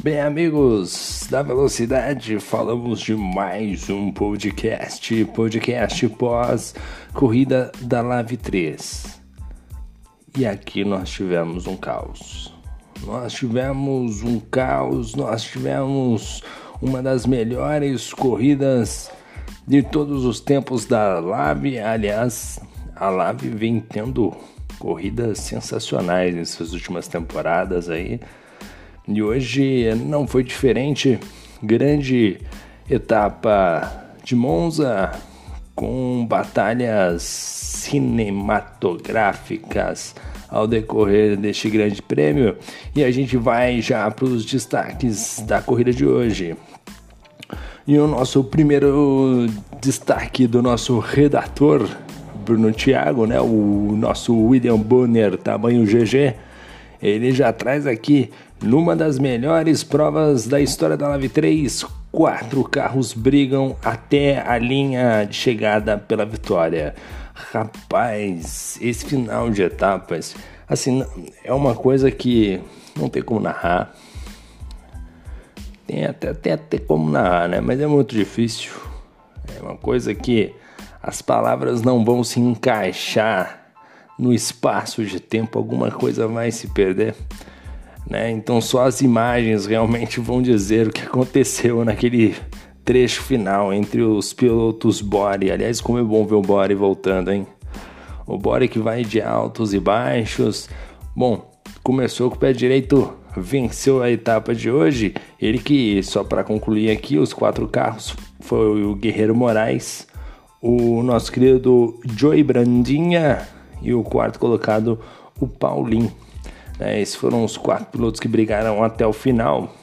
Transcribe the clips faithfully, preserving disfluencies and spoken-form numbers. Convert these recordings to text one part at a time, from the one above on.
Bem, amigos da Velocidade, falamos de mais um podcast, podcast pós corrida da Live três. E aqui nós tivemos um caos. Nós tivemos um caos, nós tivemos uma das melhores corridas de todos os tempos da Live. Aliás, a Live vem tendo corridas sensacionais nessas últimas temporadas aí. E hoje não foi diferente. Grande etapa de Monza com batalhas cinematográficas ao decorrer deste grande prêmio. E a gente vai já para os destaques da corrida de hoje. E o nosso primeiro destaque do nosso redator, Bruno Thiago, né? O nosso William Bonner, tamanho G G, ele já traz aqui, numa das melhores provas da história da Live três, quatro carros brigam até a linha de chegada pela vitória. Rapaz, esse final de etapas, assim, é uma coisa que não tem como narrar. Tem até, tem até como narrar, né? Mas é muito difícil. É uma coisa que as palavras não vão se encaixar no espaço de tempo, alguma coisa vai se perder, né? Então só as imagens realmente vão dizer o que aconteceu naquele trecho final entre os pilotos Bore. Aliás, como é bom ver o Bore voltando, hein? O Bore que vai de altos e baixos. Bom, começou com o pé direito, venceu a etapa de hoje. Ele que, só para concluir aqui, os quatro carros foi o Guerreiro Moraes, o nosso querido Joey Brandinha e o quarto colocado, o Paulinho. É, esses foram os quatro pilotos que brigaram até o final.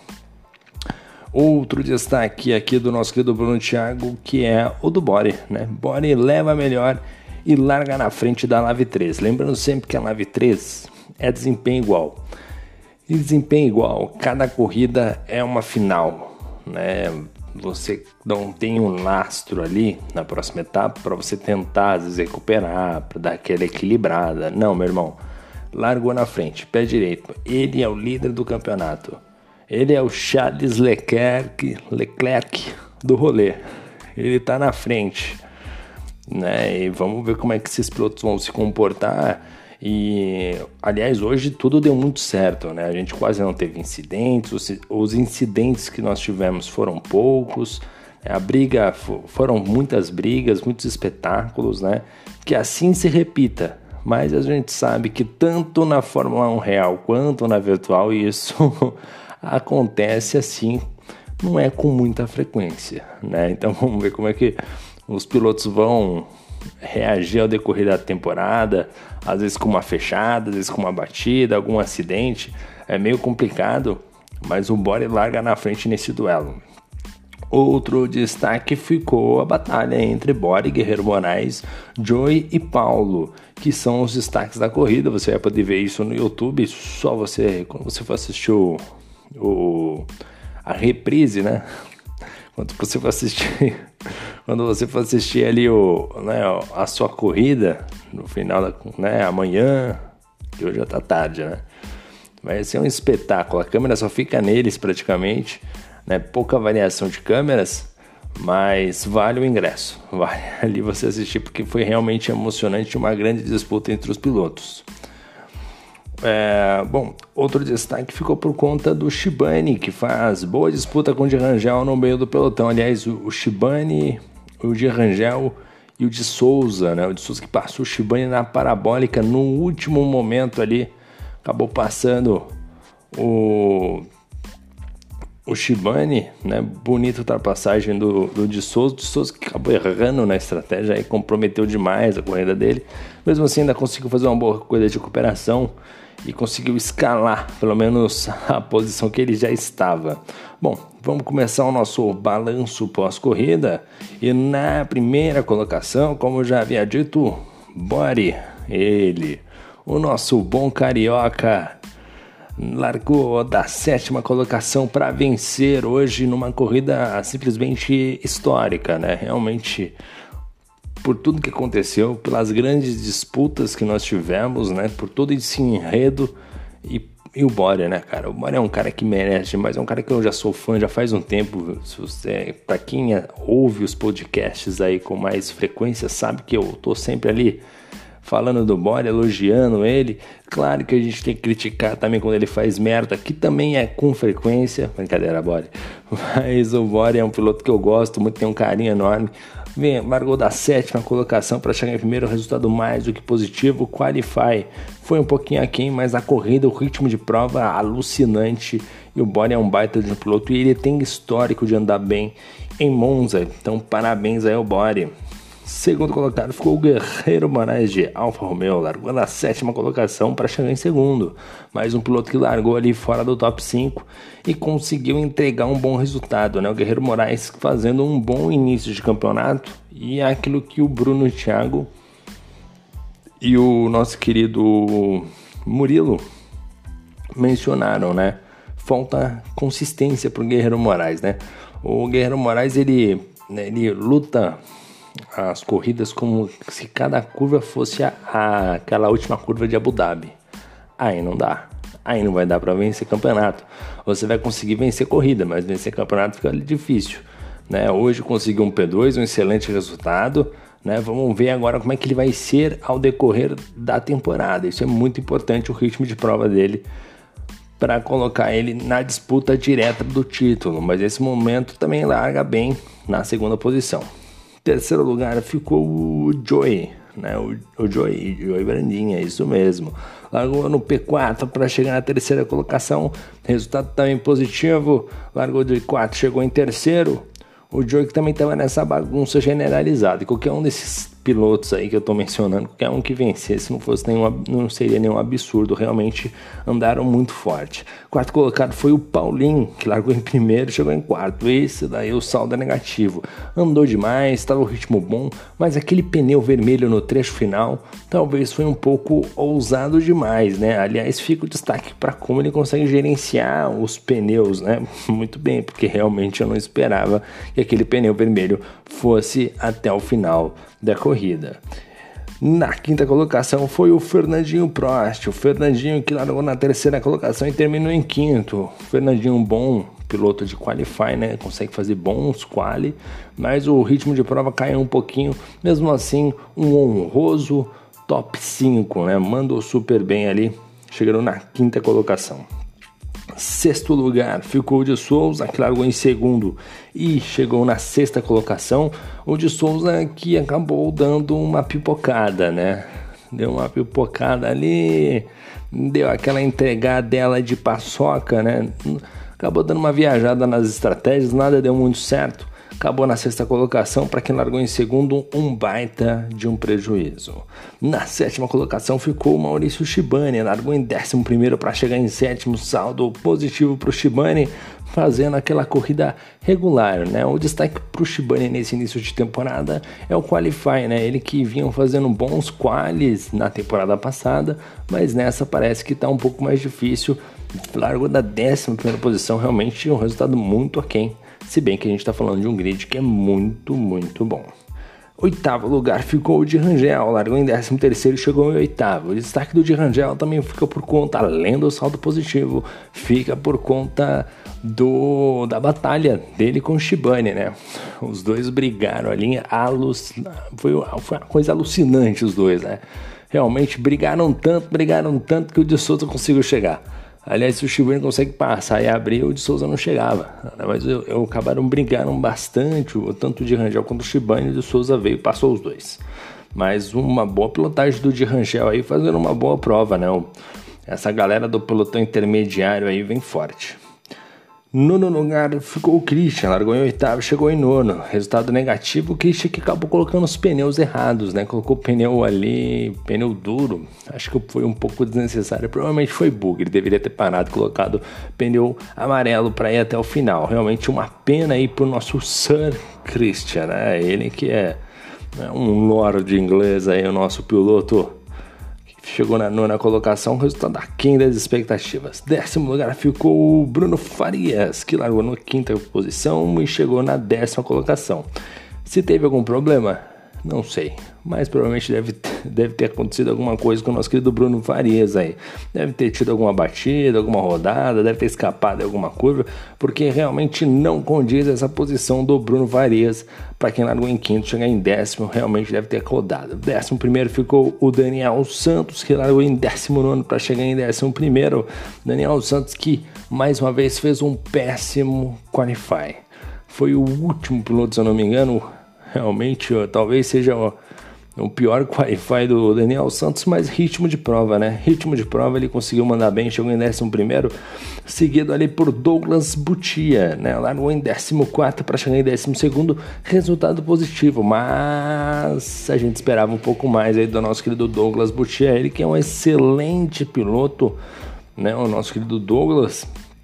Outro destaque aqui do nosso querido Bruno Thiago, que é o do Bore, né? Bore leva melhor e larga na frente da Live três. Lembrando sempre que a Live três é desempenho igual. E desempenho igual, cada corrida é uma final, né? Você não tem um lastro ali na próxima etapa para você tentar às vezes recuperar, para dar aquela equilibrada. Não, meu irmão, largou na frente, pé direito. Ele é o líder do campeonato. Ele é o Charles Leclerc, Leclerc do rolê. Ele tá na frente, né? E vamos ver como é que esses pilotos vão se comportar. E, aliás, hoje tudo deu muito certo, né? A gente quase não teve incidentes, os, os incidentes que nós tivemos foram poucos, a briga, foram muitas brigas, muitos espetáculos, né? Que assim se repita, mas a gente sabe que tanto na Fórmula um real quanto na virtual isso acontece assim, não é com muita frequência, né? Então vamos ver como é que os pilotos vão reagir ao decorrer da temporada, às vezes com uma fechada, às vezes com uma batida, algum acidente. É meio complicado, mas o Bore larga na frente nesse duelo. Outro destaque ficou a batalha entre Bore, Guerreiro Moraes, Joey e Paulo, que são os destaques da corrida. Você vai poder ver isso no YouTube, só você, quando você for assistir o, o, a reprise, né? Quando você for assistir, quando você for assistir ali o, né, a sua corrida, no final da, né, amanhã, que hoje já tá tarde, né? Vai ser um espetáculo, a câmera só fica neles praticamente, né? Pouca variação de câmeras, mas vale o ingresso, vale ali você assistir, porque foi realmente emocionante, uma grande disputa entre os pilotos. É, bom, outro destaque ficou por conta do Shibane, que faz boa disputa com o de Rangel no meio do pelotão. Aliás, o, o Shibane, o de Rangel e o de Souza, né? O de Souza que passou o Shibane na parabólica no último momento ali, acabou passando o, o Shibane, né? Bonita ultrapassagem do, do de Souza, de Souza que acabou errando na estratégia e comprometeu demais a corrida dele. Mesmo assim, ainda conseguiu fazer uma boa corrida de recuperação e conseguiu escalar, pelo menos, a posição que ele já estava. Bom, vamos começar o nosso balanço pós-corrida. E na primeira colocação, como eu já havia dito, Bore, ele, o nosso bom carioca, largou da sétima colocação para vencer hoje numa corrida simplesmente histórica, né? Realmente, por tudo que aconteceu, pelas grandes disputas que nós tivemos, né? Por todo esse enredo e E o Bora, né, cara? O Bora é um cara que merece, mas é um cara que eu já sou fã já faz um tempo. Se você, pra quem ouve os podcasts aí com mais frequência, sabe que eu tô sempre ali falando do Bora, elogiando ele. Claro que a gente tem que criticar também quando ele faz merda, que também é com frequência. Brincadeira, Bora. Mas o Bora é um piloto que eu gosto muito, tem um carinho enorme. Vem, largou da sétima colocação para chegar em primeiro, resultado mais do que positivo. Qualify foi um pouquinho aquém, mas a corrida, o ritmo de prova alucinante. E o Bora é um baita de um piloto e ele tem histórico de andar bem em Monza. Então parabéns aí ao Bora. Segundo colocado ficou o Guerreiro Moraes de Alfa Romeo, largou na sétima colocação para chegar em segundo. Mais um piloto que largou ali fora do top cinco e conseguiu entregar um bom resultado, né? O Guerreiro Moraes fazendo um bom início de campeonato e é aquilo que o Bruno Thiago e o nosso querido Murilo mencionaram, né? Falta consistência para o Guerreiro Moraes, né? O Guerreiro Moraes ele, ele luta as corridas como se cada curva fosse a, a, aquela última curva de Abu Dhabi. Aí não dá. Aí não vai dar para vencer campeonato. Você vai conseguir vencer corrida, mas vencer campeonato fica difícil, né? Hoje conseguiu um P dois, um excelente resultado, né? Vamos ver agora como é que ele vai ser ao decorrer da temporada. Isso é muito importante, o ritmo de prova dele, para colocar ele na disputa direta do título. Mas nesse momento também larga bem na segunda posição. Terceiro lugar ficou o Joey, né? O, o Joey, Joey Brandinha, isso mesmo. Largou no P quatro para chegar na terceira colocação. Resultado também positivo. Largou de quatro, chegou em terceiro. O Joey que também estava nessa bagunça generalizada. E qualquer um desses pilotos aí que eu estou mencionando, qualquer um que vencesse, não fosse nenhum, não seria nenhum absurdo. Realmente andaram muito forte. Quarto colocado foi o Paulinho, que largou em primeiro, chegou em quarto. Esse daí o saldo é negativo. Andou demais, estava o ritmo bom, mas aquele pneu vermelho no trecho final talvez foi um pouco ousado demais, né? Aliás, fica o destaque para como ele consegue gerenciar os pneus, né? Muito bem, porque realmente eu não esperava que aquele pneu vermelho fosse até o final da corrida. Na quinta colocação foi o Fernandinho Prost, o Fernandinho que largou na terceira colocação e terminou em quinto. Fernandinho, um bom piloto de qualify, né? Consegue fazer bons quali, mas o ritmo de prova caiu um pouquinho. Mesmo assim, um honroso top cinco, né? Mandou super bem ali, chegando na quinta colocação. Sexto lugar ficou o de Souza, que largou em segundo e chegou na sexta colocação. O de Souza que acabou dando uma pipocada, né? Deu uma pipocada ali, deu aquela entregada de paçoca, né? Acabou dando uma viajada nas estratégias, nada deu muito certo. Acabou na sexta colocação, para quem largou em segundo, um baita de um prejuízo. Na sétima colocação ficou o Maurício Shibane, largou em décimo primeiro para chegar em sétimo, saldo positivo para o Shibane, fazendo aquela corrida regular, né? O destaque para o Shibane nesse início de temporada é o Qualify, né? Ele que vinha fazendo bons qualis na temporada passada, mas nessa parece que está um pouco mais difícil. Largou da décima primeira posição, realmente um resultado muito aquém. Se bem que a gente está falando de um grid que é muito, muito bom. Oitavo lugar ficou o de Rangel, largou em décimo terceiro e chegou em oitavo. O destaque do de Rangel também fica por conta, além do saldo positivo, fica por conta do, da batalha dele com o Shibane, né? Os dois brigaram ali, aluc... foi, foi uma coisa alucinante os dois, né? Realmente brigaram tanto, brigaram tanto que o de Souza conseguiu chegar. Aliás, se o Shibane consegue passar e abrir, o de Souza não chegava. Mas eu, eu acabaram brigaram bastante, tanto o de Rangel quanto o Shibane, e o de Souza veio e passou os dois. Mas uma boa pilotagem do de Rangel aí, fazendo uma boa prova, né? Essa galera do pelotão intermediário aí vem forte. Nono lugar ficou o Christian, largou em oitavo, chegou em nono. Resultado negativo, o Christian que acabou colocando os pneus errados, né? Colocou o pneu ali, pneu duro. Acho que foi um pouco desnecessário, provavelmente foi bug. Ele deveria ter parado e colocado pneu amarelo para ir até o final. Realmente uma pena aí pro nosso Sir Christian, né? Ele que é né, um lord inglês aí, o nosso piloto. Chegou na nona colocação, resultado aquém das expectativas. Décimo lugar ficou o Bruno Farias, que largou na quinta posição e chegou na décima colocação. Se teve algum problema? Não sei, mas provavelmente deve, deve ter acontecido alguma coisa com o nosso querido Bruno Farias aí. Deve ter tido alguma batida, alguma rodada, deve ter escapado de alguma curva, porque realmente não condiz essa posição do Bruno Farias. Para quem largou em quinto, chegar em décimo, realmente deve ter rodado. Décimo primeiro ficou o Daniel Santos, que largou em décimo nono para chegar em décimo primeiro. Daniel Santos que mais uma vez fez um péssimo qualify. Foi o último piloto, se eu não me engano. Realmente, ó, talvez seja ó, o pior qualify do Daniel Santos, mas ritmo de prova, né? Ritmo de prova, ele conseguiu mandar bem, chegou em décimo primeiro, seguido ali por Douglas Butia, né? Largou em décimo quarto para chegar em décimo segundo, resultado positivo, mas a gente esperava um pouco mais aí do nosso querido Douglas Butia, ele que é um excelente piloto, né? O nosso querido Douglas.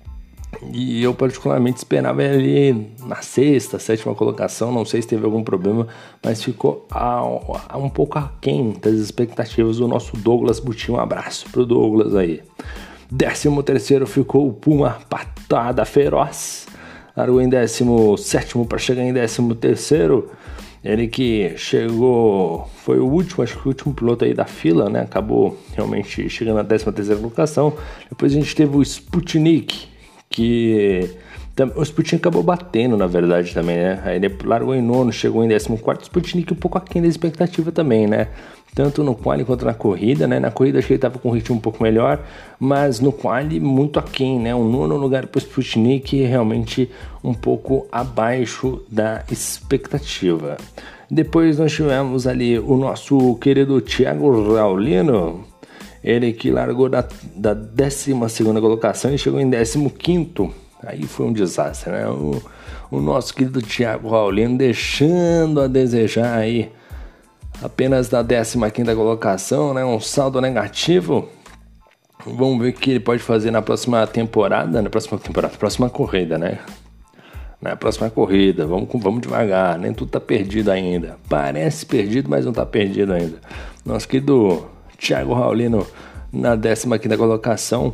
E eu particularmente esperava ele na sexta, sétima colocação, não sei se teve algum problema, mas ficou a, a um pouco aquém das expectativas do nosso Douglas Buti. Um abraço pro Douglas aí. Décimo terceiro ficou o Puma Patada Feroz, largou em décimo sétimo para chegar em décimo terceiro. Ele que chegou, foi o último, acho que o último piloto aí da fila, né? Acabou realmente chegando na décima terceira colocação. Depois a gente teve o Sputnik, que o Sputnik acabou batendo, na verdade, também, né? Aí ele largou em nono, chegou em décimo quarto. O Sputnik um pouco aquém da expectativa também, né? Tanto no quali quanto na corrida, né? Na corrida achei que ele estava com um ritmo um pouco melhor, mas no quali muito aquém, né? Um nono lugar para o Sputnik, realmente um pouco abaixo da expectativa. Depois nós tivemos ali o nosso querido Thiago Raulino, ele que largou da, da décima segunda colocação e chegou em décimo quinto. Aí foi um desastre, né? O, o nosso querido Thiago Raulino deixando a desejar aí, apenas da décima quinta colocação, né? Um saldo negativo. Vamos ver o que ele pode fazer na próxima temporada, na próxima temporada, próxima corrida, né? Na próxima corrida, vamos, vamos devagar, nem tudo tá perdido ainda. Parece perdido, mas não tá perdido ainda. Nosso querido Thiago Raulino na décima quinta colocação,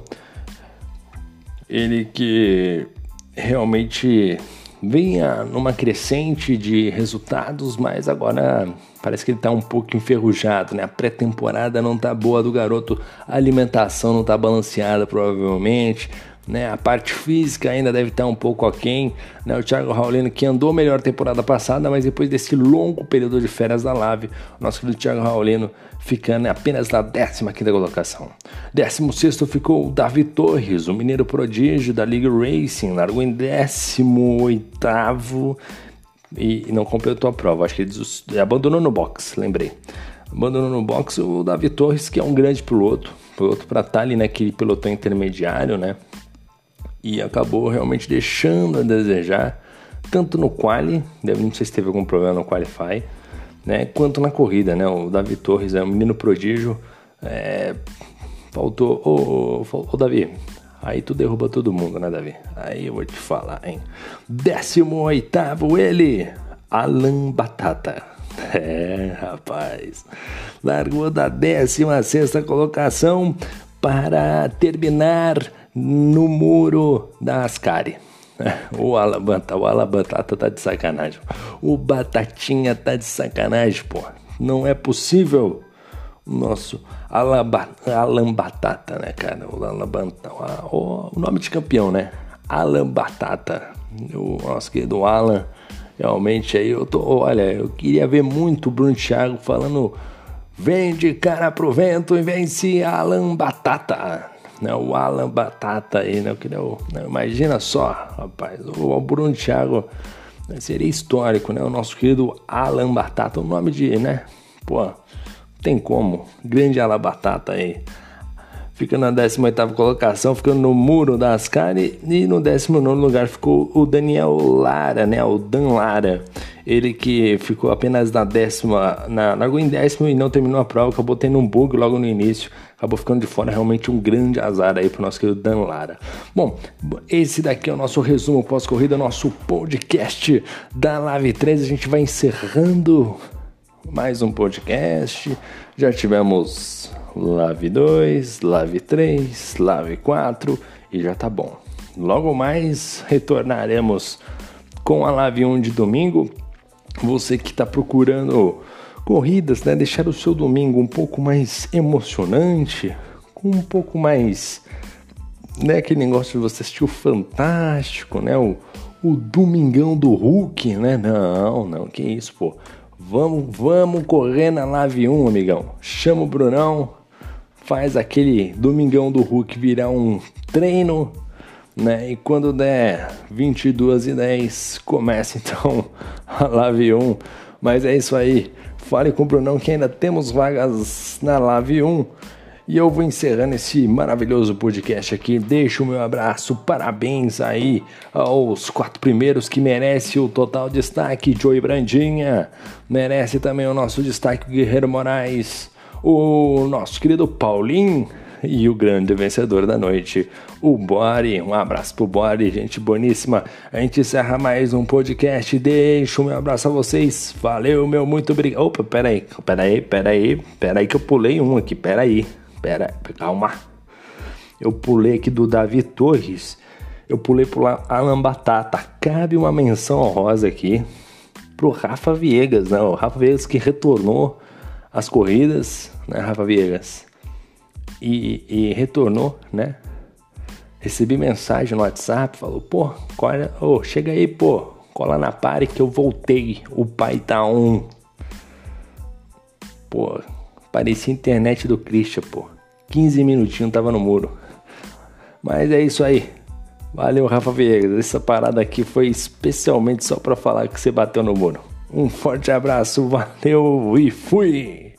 ele que realmente vinha numa crescente de resultados, mas agora parece que ele está um pouco enferrujado, né? A pré-temporada não tá boa do garoto, a alimentação não tá balanceada provavelmente, né? A parte física ainda deve estar um pouco aquém, né? O Thiago Raulino que andou melhor temporada passada, mas depois desse longo período de férias da Live, o nosso querido Thiago Raulino ficando apenas na décima quinta colocação. décimo sexto ficou o Davi Torres, o mineiro prodígio da League Racing, largou em décimo oitavo e não completou a prova, acho que ele abandonou no box, lembrei. Abandonou no box o Davi Torres, que é um grande piloto, piloto para estar ali naquele pelotão intermediário, né? E acabou realmente deixando a desejar, tanto no quali, não sei se teve algum problema no qualify, né, quanto na corrida, né? O Davi Torres é um menino prodígio, é, faltou, ô, ô, ô Davi, aí tu derruba todo mundo, né, Davi? Aí eu vou te falar, hein? décimo oitavo ele, Alan Batata. É, rapaz, largou da décima sexta colocação para terminar no muro da Ascari. O Alan Batata, o Alan Batata tá de sacanagem. O Batatinha tá de sacanagem, pô. Não é possível. O nosso Alan, Alan Batata, né, cara? O Alan Batata, o nome de campeão, né? Alan Batata. O nosso querido Alan. Realmente aí eu tô, olha, eu queria ver muito o Bruno Thiago falando: vem de cara pro vento e vence Alan Batata. Né, o Alan Batata aí, né? Eu queria, né, imagina só, rapaz, o, o Bruno Thiago, né, seria histórico, né? O nosso querido Alan Batata, o nome de, né? Pô, tem como, grande Alan Batata aí. Fica na décima oitava colocação, ficando no muro da Ascari, e no décimo nono lugar ficou o Daniel Lara, né? O Dan Lara. Ele que ficou apenas na décima, na, largou em décimo e não terminou a prova, acabou tendo um bug logo no início, acabou ficando de fora, realmente um grande azar aí pro nosso querido Dan Lara. Bom, esse daqui é o nosso resumo pós-corrida, nosso podcast da Live três, a gente vai encerrando mais um podcast, já tivemos Live dois, Live três, Live quatro e já tá bom. Logo mais retornaremos com a Live um de domingo. Você que está procurando corridas, né? Deixar o seu domingo um pouco mais emocionante, com um pouco mais, né? Aquele negócio de você assistir o Fantástico, né? O, o Domingão do Hulk, né? Não, não, que isso, pô. Vamos, vamos correr na Live um, amigão. Chama o Brunão, faz aquele Domingão do Hulk virar um treino, né? E quando der vinte e duas e dez, começa então a Live um. Mas é isso aí. Fale com o Brunão que ainda temos vagas na Live um. E eu vou encerrando esse maravilhoso podcast aqui. Deixo o meu abraço, parabéns aí aos quatro primeiros que merecem o total destaque. Joey Brandinha, merece também o nosso destaque, o Guerreiro Moraes, o nosso querido Paulinho e o grande vencedor da noite, o Bori. Um abraço pro Bori, gente boníssima. A gente encerra mais um podcast. Deixo o meu abraço a vocês. Valeu, meu, muito obrigado. Opa, peraí, peraí, peraí, peraí que eu pulei um aqui, peraí. Pera, calma. Eu pulei aqui do Davi Torres. Eu pulei pro Alan Batata. Cabe uma menção honrosa aqui pro Rafa Viegas, né? O Rafa Viegas que retornou às corridas, né, Rafa Viegas? E, e retornou, né? Recebi mensagem no WhatsApp, falou, pô, cola, oh, chega aí, pô, cola na pare que eu voltei. O pai tá on. Pô, parecia a internet do Christian, pô. quinze minutinhos tava no muro. Mas é isso aí. Valeu, Rafa Viegas. Essa parada aqui foi especialmente só pra falar que você bateu no muro. Um forte abraço, valeu e fui!